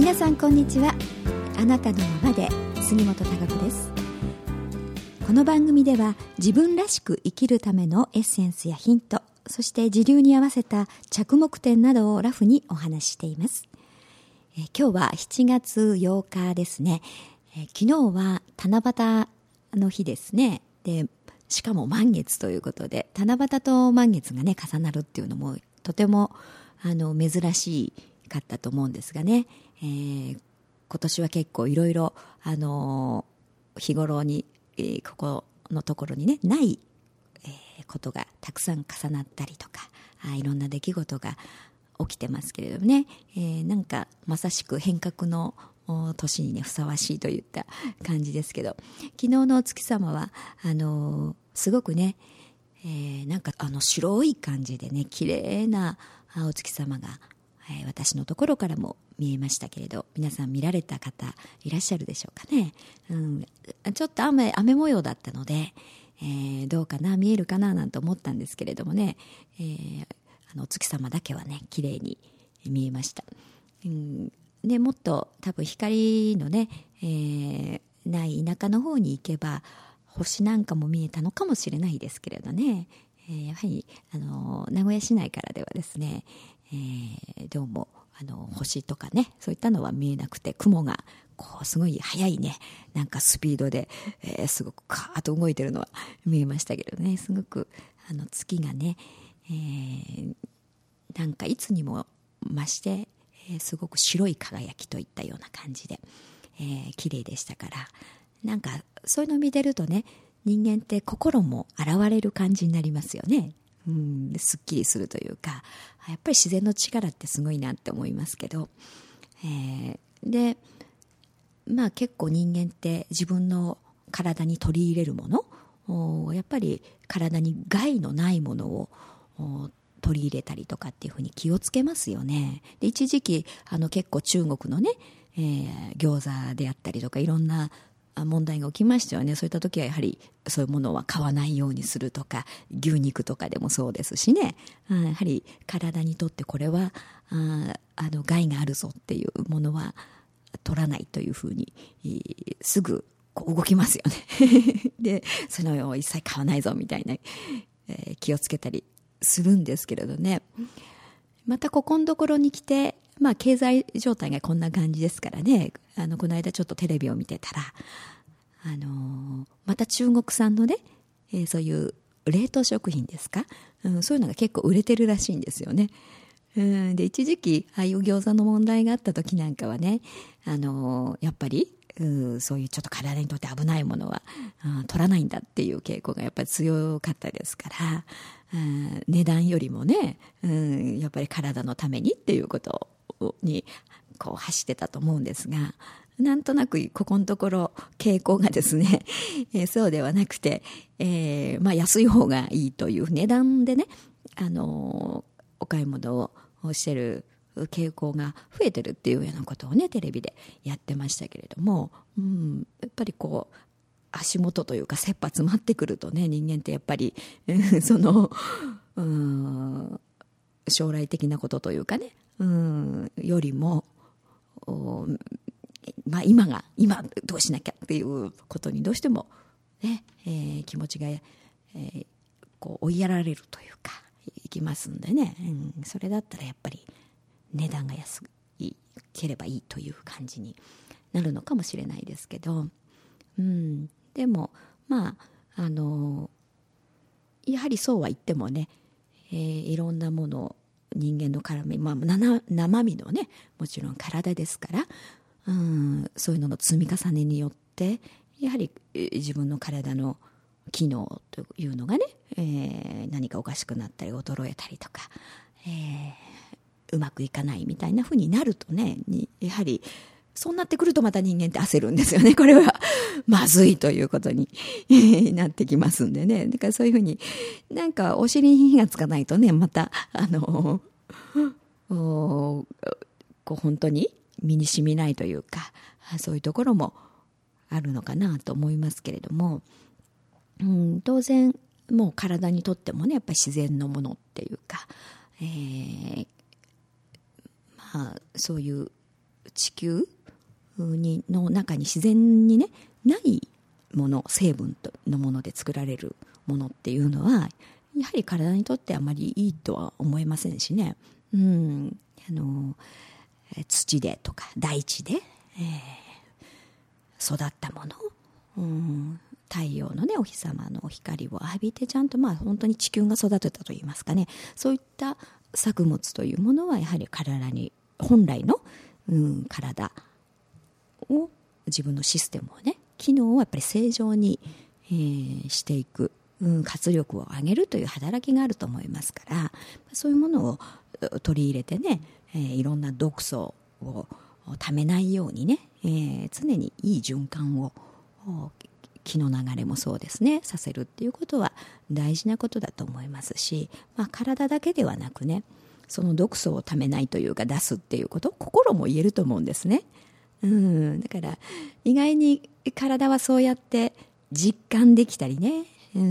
皆さんこんにちは。あなたのままで杉本孝子です。この番組では自分らしく生きるためのエッセンスやヒント、そして時流に合わせた着目点などをラフにお話ししています。今日は7月8日ですね。昨日は七夕の日ですね。で、しかも満月ということで、七夕と満月がね重なるっていうのもとても珍しかったと思うんですがね、今年は結構いろいろ日頃に、ここのところにねない、ことがたくさん重なったりとか、いろんな出来事が起きてますけれどもね、なんかまさしく変革の年にねふさわしいといった感じですけど、昨日のお月様はすごくね、なんか白い感じでね綺麗なお月様が、私のところからも見えましたけれど、皆さん見られた方いらっしゃるでしょうかね。ちょっと雨模様だったので、どうかな見えるかななんて思ったんですけれどもね、お月様だけはね綺麗に見えました。でもっと多分光のね、ない田舎の方に行けば星なんかも見えたのかもしれないですけれどね、やはり名古屋市内からではですね、どうも星とかねそういったのは見えなくて、雲がこうすごい速いねなんかスピードで、すごくカーッと動いてるのは見えましたけどね、すごく月がね、なんかいつにも増して、すごく白い輝きといったような感じで、綺麗でしたから、なんかそういうのを見てるとね、人間って心も現れる感じになりますよね。すっきりするというか、やっぱり自然の力ってすごいなって思いますけど、でまあ結構人間って自分の体に取り入れるもの、やっぱり体に害のないものを取り入れたりとかっていうふうに気をつけますよね。で一時期結構中国のね、餃子であったりとかいろんな問題が起きましたよね。そういった時はやはりそういうものは買わないようにするとか、牛肉とかでもそうですしね、やはり体にとってこれは害があるぞっていうものは取らないというふうにすぐこう動きますよねでその一切買わないぞみたいな、気をつけたりするんですけれどね、またここのところに来て、経済状態がこんな感じですからね、この間ちょっとテレビを見てたら、また中国産のね、そういう冷凍食品ですか、そういうのが結構売れてるらしいんですよね。で一時期ああいう餃子の問題があった時なんかはね、やっぱりそういうちょっと体にとって危ないものは取らないんだっていう傾向がやっぱり強かったですから、値段よりもね、やっぱり体のためにっていうことにこう走ってたと思うんですが、なんとなくここのところ傾向がですね、そうではなくて、安い方がいいという値段でね、お買い物をしてる傾向が増えてるっていうようなことをねテレビでやってましたけれども、やっぱりこう足元というか切羽詰まってくるとね、人間ってやっぱりその将来的なことというかね、よりも今どうしなきゃっていうことにどうしてもね、気持ちが、こう追いやられるというかいきますんでね、それだったらやっぱり値段が安ければいいという感じになるのかもしれないですけど、でもやはりそうは言ってもね、いろんなもの人間の体、生身のねもちろん体ですから、そういうのの積み重ねによってやはり自分の体の機能というのがね、何かおかしくなったり衰えたりとか、うまくいかないみたいな風になるとね、やはりそうなってくるとまた人間って焦るんですよね。これはまずいということになってきますんでね。だからそういう風になんかお尻に火がつかないとね、またこう本当に身に染みないというか、そういうところもあるのかなと思いますけれども、当然もう体にとってもねやっぱり自然のものっていうか、そういう地球の中に自然にねないもの、成分のもので作られるものっていうのはやはり体にとってあまりいいとは思えませんしね。土でとか大地で、育ったもの、太陽のねお日様の光を浴びてちゃんと本当に地球が育てたといいますかね、そういった作物というものはやはり体に本来の、体を自分のシステムをね機能をやっぱり正常に、していく、活力を上げるという働きがあると思いますから、そういうものを取り入れてね、いろんな毒素をためないようにね、常にいい循環を気の流れもそうですねさせるっていうことは大事なことだと思いますし、体だけではなくねその毒素をためないというか出すっていうこと、心も言えると思うんですね。だから意外に体はそうやって実感できたりね、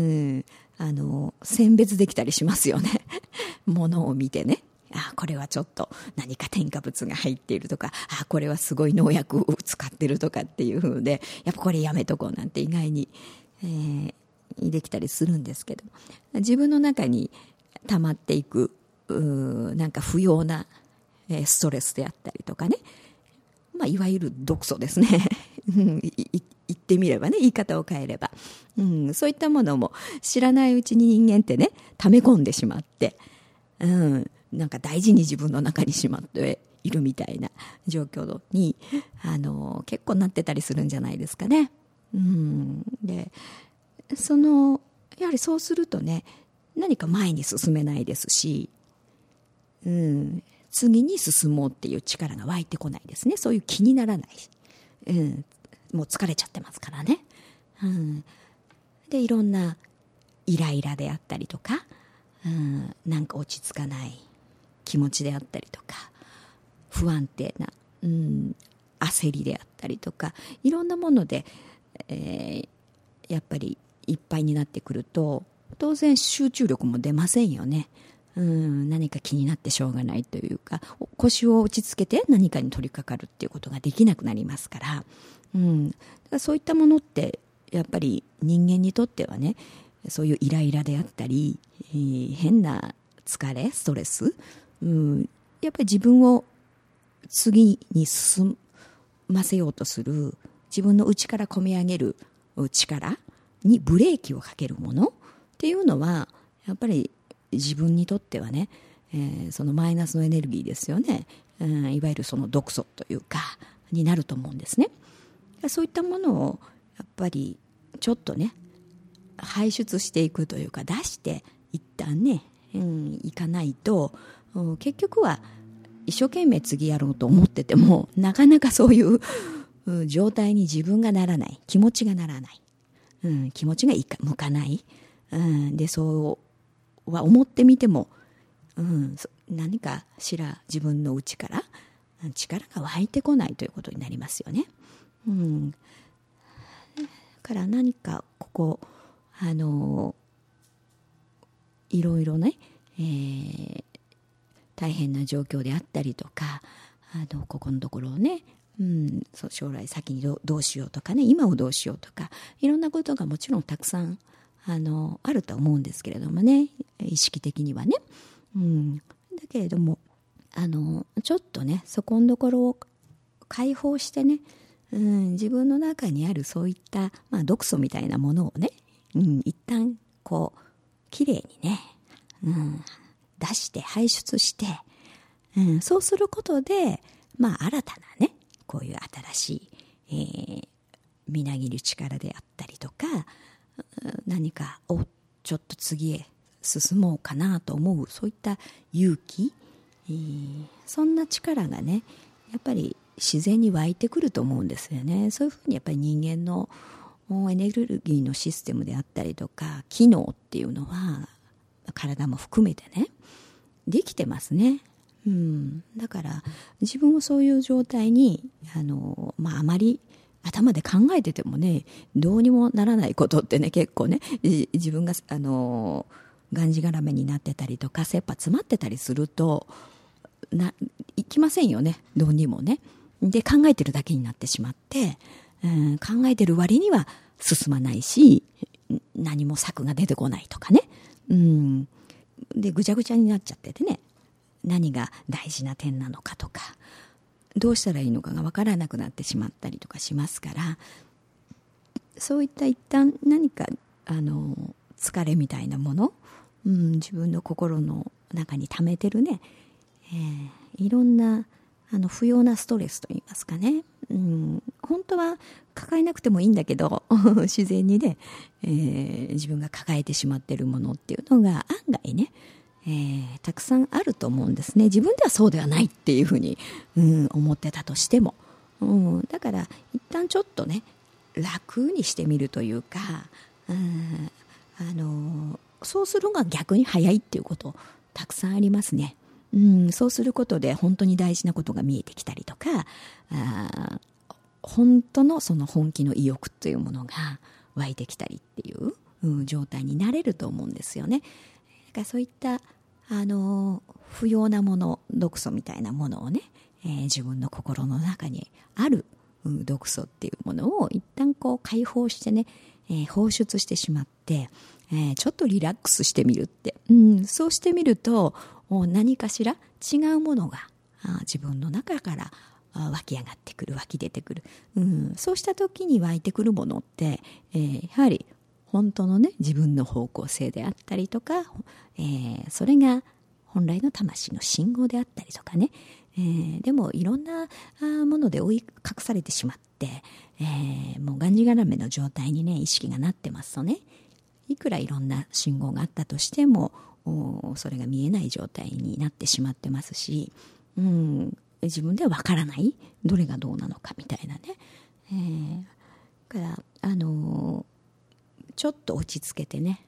選別できたりしますよねものを見てね、これはちょっと何か添加物が入っているとか、これはすごい農薬を使ってるとかっていう風で、やっぱこれやめとこうなんて意外に、できたりするんですけど、自分の中に溜まっていくなんか不要なストレスであったりとかね、いわゆる毒素ですね言ってみればね、言い方を変えれば、そういったものも知らないうちに人間ってね溜め込んでしまって、なんか大事に自分の中にしまっているみたいな状況に結構なってたりするんじゃないですかね。でやはりそうするとね何か前に進めないですし、次に進もうっていう力が湧いてこないですね。そういう気にならない、もう疲れちゃってますからね。でいろんなイライラであったりとか、なんか落ち着かない気持ちであったりとか、不安定な、焦りであったりとか、いろんなもので、やっぱりいっぱいになってくると当然集中力も出ませんよね。何か気になってしょうがないというか、腰を落ち着けて何かに取り掛かるっていうことができなくなりますから、だからそういったものってやっぱり人間にとってはね、そういうイライラであったり、変な疲れストレス、やっぱり自分を次に進ませようとする自分の内から込み上げる力にブレーキをかけるものっていうのはやっぱり自分にとってはね、そのマイナスのエネルギーですよね、いわゆるその毒素というかになると思うんですね。そういったものをやっぱりちょっとね排出していくというか出して一旦ね、いかないと結局は一生懸命次やろうと思っててもなかなかそういう状態に自分がならない、気持ちがならない、気持ちが向かない、でそうは思ってみても、何かしら自分の内から力が湧いてこないということになりますよね。だから何かここいろいろね、大変な状況であったりとかここのところをね、将来先にどうしようとかね、今をどうしようとかいろんなことがもちろんたくさんあると思うんですけれどもね、意識的にはね、だけれどもちょっとねそこのところを解放してね、自分の中にあるそういった、毒素みたいなものをね、一旦こうきれいにね、出して排出して、そうすることで、新たなねこういう新しい、みなぎる力であったりとか、何かをちょっと次へ進もうかなと思うそういった勇気、そんな力がねやっぱり自然に湧いてくると思うんですよね。そういうふうにやっぱり人間のエネルギーのシステムであったりとか機能っていうのは体も含めてねできてますね。だから自分もそういう状態にあまり頭で考えててもねどうにもならないことってね結構ね自分ががんじがらめになってたりとか切羽詰まってたりするといきませんよね、どうにもね。 で考えてるだけになってしまって、考えてる割には進まないし、何も策が出てこないとかね、でぐちゃぐちゃになっちゃっててね、何が大事な点なのかとか、どうしたらいいのかが分からなくなってしまったりとかしますから、そういった一旦何か疲れみたいなもの、自分の心の中に溜めてるね、いろんな不要なストレスといいますかね、本当は抱えなくてもいいんだけど自然にね、自分が抱えてしまっているものっていうのが案外ね、たくさんあると思うんですね。自分ではそうではないっていうふうに、思ってたとしても、だから一旦ちょっとね楽にしてみるというか、そうするのが逆に早いっていうことたくさんありますね。そうすることで本当に大事なことが見えてきたりとか、本当のその本気の意欲というものが湧いてきたりっていう、状態になれると思うんですよね。だからそういった不要なもの、毒素みたいなものをね、自分の心の中にある毒素っていうものを一旦こう解放してね、放出してしまって、ちょっとリラックスしてみるって、そうしてみると何かしら違うものが自分の中から湧き上がってくる、湧き出てくる、そうした時に湧いてくるものって、やはり本当のね自分の方向性であったりとか、それが本来の魂の信号であったりとかね、でもいろんなもので覆い隠されてしまって、もうがんじがらめの状態にね意識がなってますとね、いくらいろんな信号があったとしてもそれが見えない状態になってしまってますし、自分ではわからないどれがどうなのかみたいなね、だからちょっと落ち着けてね、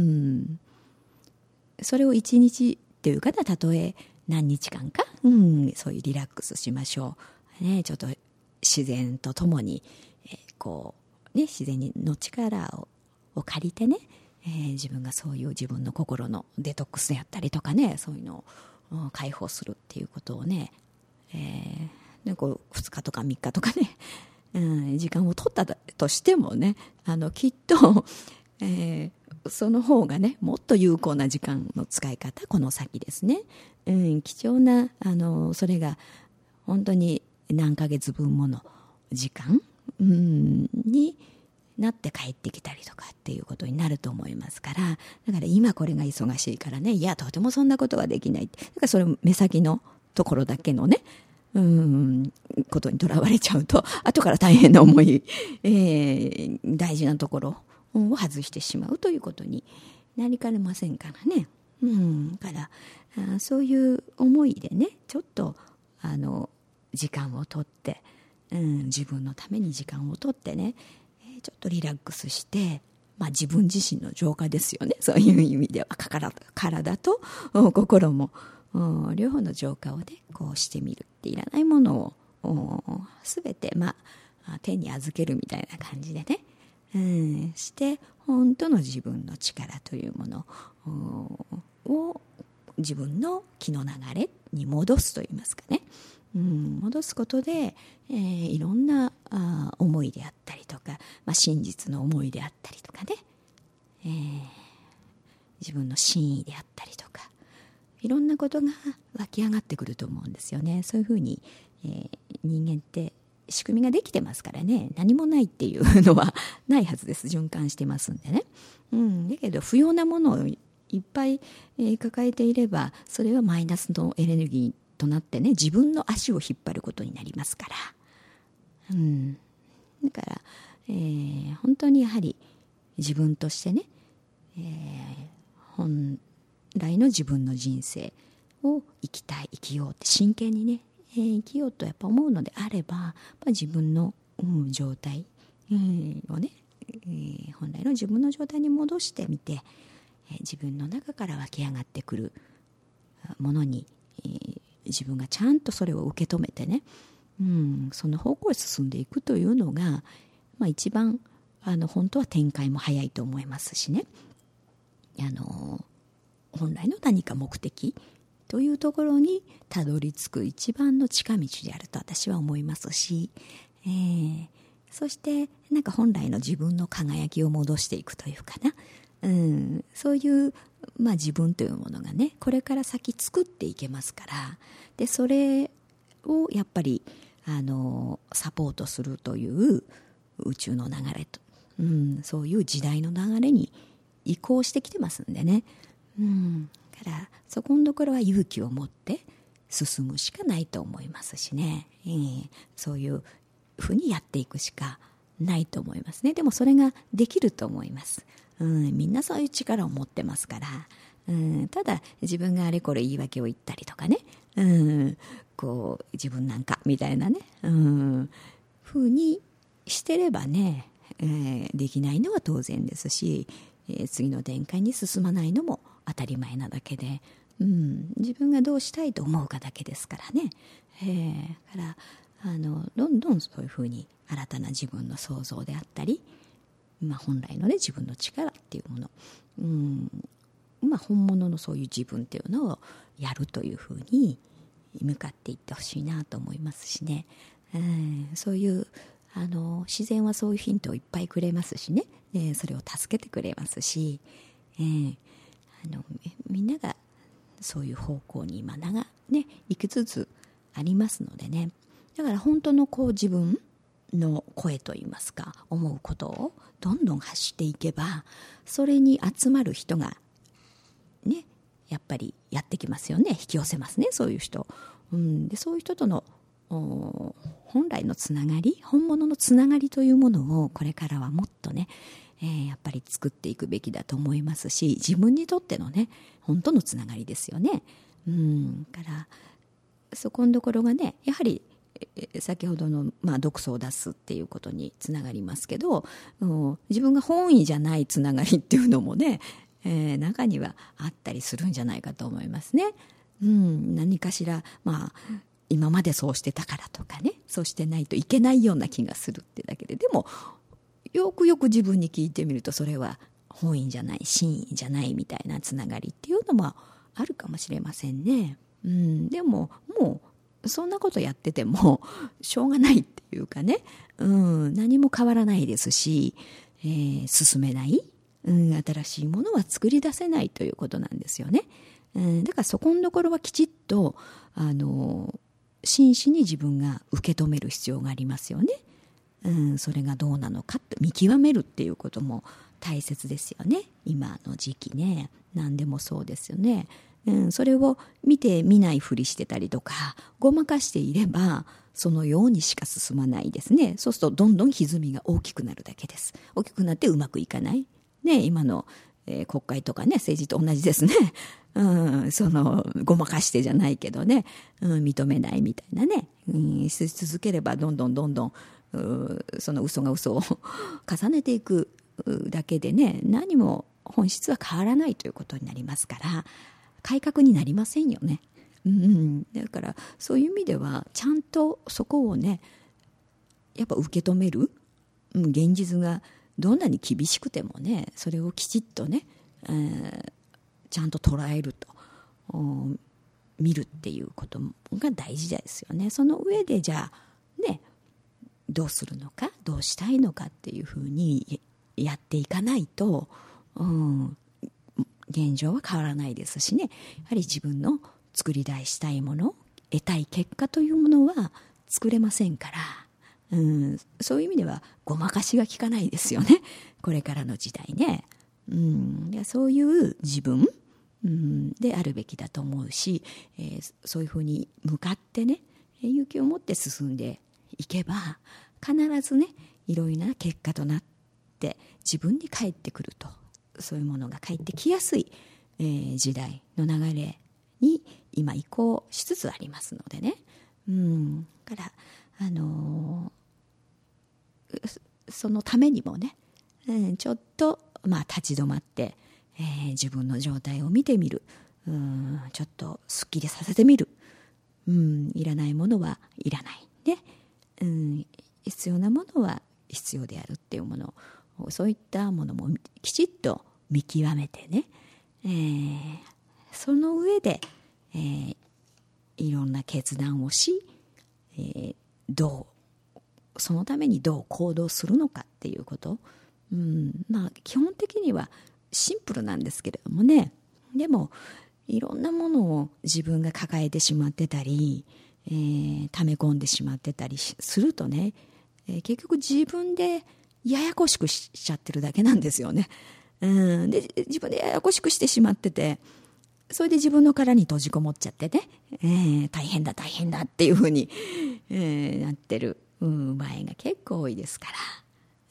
それを一日っていうかな、たとえ何日間か、そういうリラックスしましょう、ね、ちょっと自然とともに、こうね、自然の力を借りてね、自分がそういう自分の心のデトックスであったりとかね、そういうのを解放するっていうことをね、こう2日とか3日とかね、時間を取ったとしてもね、きっと、その方がねもっと有効な時間の使い方、この先ですね、貴重なそれが本当に何ヶ月分もの時間、になって帰ってきたりとかっていうことになると思いますから、だから今これが忙しいからね、いやとてもそんなことはできないって、だからそれ目先のところだけのねことにとらわれちゃうと後から大変な思い、大事なところを外してしまうということになりかねませんからね。だからそういう思いでね、ちょっと時間をとって、自分のために時間をとってね、ちょっとリラックスして、自分自身の浄化ですよね、そういう意味では体と心も両方の浄化をねこうしてみるって、いらないものを全て手に預けるみたいな感じでね、して本当の自分の力というものを自分の気の流れに戻すといいますかね、戻すことで、いろんな思いであったりとか、真実の思いであったりとかね、自分の真意であったりとか、いろんなことが湧き上がってくると思うんですよね。そういうふうに、人間って仕組みができてますからね、何もないっていうのはないはずです。循環してますんでね、だけど不要なものをいっぱい、抱えていれば、それはマイナスのエネルギーとなってね、自分の足を引っ張ることになりますから、だから、本当にやはり自分としてね、本来の自分の人生を生きようって真剣にね、生きようとやっぱ思うのであれば、自分の、状態、をね、本来の自分の状態に戻してみて、自分の中から湧き上がってくるものに、自分がちゃんとそれを受け止めてね、その方向へ進んでいくというのが、一番本当は展開も早いと思いますしね、本来の何か目的というところにたどり着く一番の近道であると私は思いますし、そしてなんか本来の自分の輝きを戻していくというかな、そういう、自分というものがね、これから先作っていけますから、でそれをやっぱりサポートするという宇宙の流れと、そういう時代の流れに移行してきてますんでね、だからそこのところは勇気を持って進むしかないと思いますしね、そういうふうにやっていくしかないと思いますね。でもそれができると思います。みんなそういう力を持ってますから、ただ自分があれこれ言い訳を言ったりとかね、こう自分なんかみたいなね、ふうにしてればね、できないのは当然ですし、次の展開に進まないのも当たり前なだけで、自分がどうしたいと思うかだけですからね、だからどんどんそういうふうに新たな自分の創造であったり、本来のね自分の力っていうもの、本物のそういう自分っていうのをやるというふうに向かっていってほしいなと思いますしね、そういう自然はそういうヒントをいっぱいくれますしね、それを助けてくれますし、みんながそういう方向に今行きつつありますのでね、だから本当の自分の声といいますか、思うことをどんどん発していけば、それに集まる人がね、やっぱりやってきますよね、引き寄せますね、そういう人、でそういう人との本来のつながり、本物のつながりというものをこれからはもっとね、やっぱり作っていくべきだと思いますし、自分にとってのね本当のつながりですよね。からそこのところがね、やはり先ほどの、毒素を出すっていうことにつながりますけど、自分が本意じゃないつながりっていうのもね、中にはあったりするんじゃないかと思いますね。何かしら、今までそうしてたからとかね、そうしてないといけないような気がするってだけで、でもよくよく自分に聞いてみると、それは本意じゃない、真意じゃないみたいなつながりっていうのもあるかもしれませんね。でももうそんなことやっててもしょうがないっていうかね、何も変わらないですし、進めない、新しいものは作り出せないということなんですよね。だからそこのところはきちっと真摯に自分が受け止める必要がありますよね。それがどうなのかと見極めるっていうことも大切ですよね。今の時期ね、何でもそうですよね。それを見て見ないふりしてたりとかごまかしていれば、そのようにしか進まないですね。そうするとどんどん歪みが大きくなるだけです。大きくなってうまくいかないね。今の、国会とかね、政治と同じですね。そのごまかしてじゃないけどね、認めないみたいなね、し続ければどんどんその嘘が嘘を重ねていくだけでね、何も本質は変わらないということになりますから、改革になりませんよね。だからそういう意味ではちゃんとそこをね、やっぱ受け止める、現実がどんなに厳しくてもね、それをきちっとね、ちゃんと捉えると、見るっていうことが大事ですよね。その上でじゃあね、どうするのか、どうしたいのかっていうふうにやっていかないと、現状は変わらないですしね。やはり自分の作り出したいもの、得たい結果というものは作れませんから、そういう意味ではごまかしが効かないですよね、これからの時代ね。そういう自分、であるべきだと思うし、そういうふうに向かってね、勇気を持って進んでいけば、必ずね、いろいろな結果となって自分に返ってくると、そういうものが返ってきやすい、時代の流れに今移行しつつありますのでね。からそのためにもね、ちょっと立ち止まって、自分の状態を見てみる、ちょっとすっきりさせてみる、いらないものはいらないね、必要なものは必要であるっていうもの、そういったものもきちっと見極めてね、その上で、 いろんな決断をし、そのためにどう行動するのかっていうこと、基本的にはシンプルなんですけれどもね、でもいろんなものを自分が抱えてしまってたり、溜め込んでしまってたりするとね、結局自分でややこしくしちゃってるだけなんですよね。で自分でややこしくしてしまってて、それで自分の殻に閉じこもっちゃってね、大変だっていうふうに、なってる場合が結構多いですから、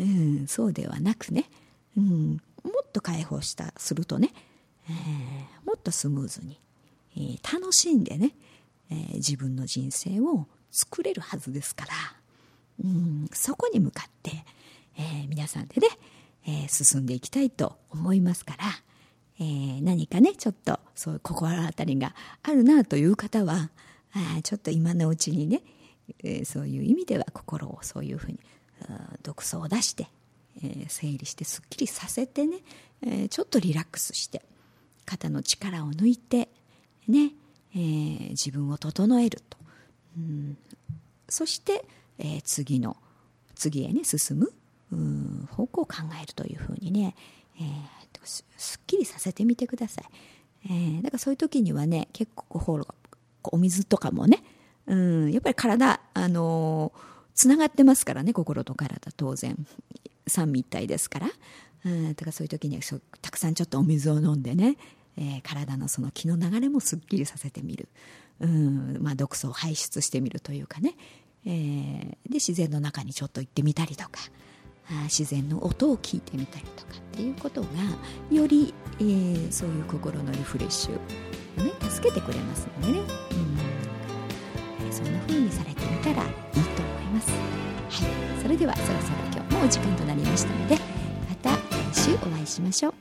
そうではなくね、もっと解放するとね、もっとスムーズに、楽しんでね、自分の人生を作れるはずですから、そこに向かって、皆さんでね、進んでいきたいと思いますから、何かねちょっとそういう心当たりがあるなという方は、ちょっと今のうちにね、そういう意味では心をそういうふうに毒素を出して、整理してすっきりさせてね、ちょっとリラックスして肩の力を抜いてね、自分を整えると、そして、次へね進む方向を考えるというふうにね、すっきりさせてみてください。だからそういう時にはね、結構お水とかもね、やっぱり体つながってますからね、心と体当然三位一体ですから、だからそういう時にはたくさんちょっとお水を飲んでね、体のその気の流れもすっきりさせてみる、毒素を排出してみるというかね、で自然の中にちょっと行ってみたりとか、自然の音を聞いてみたりとかっていうことがより、そういう心のリフレッシュをね助けてくれますのでね、そんな風にされてみたらいいと思います。はい、それではそろそろ今日もお時間となりましたので、また来週お会いしましょう。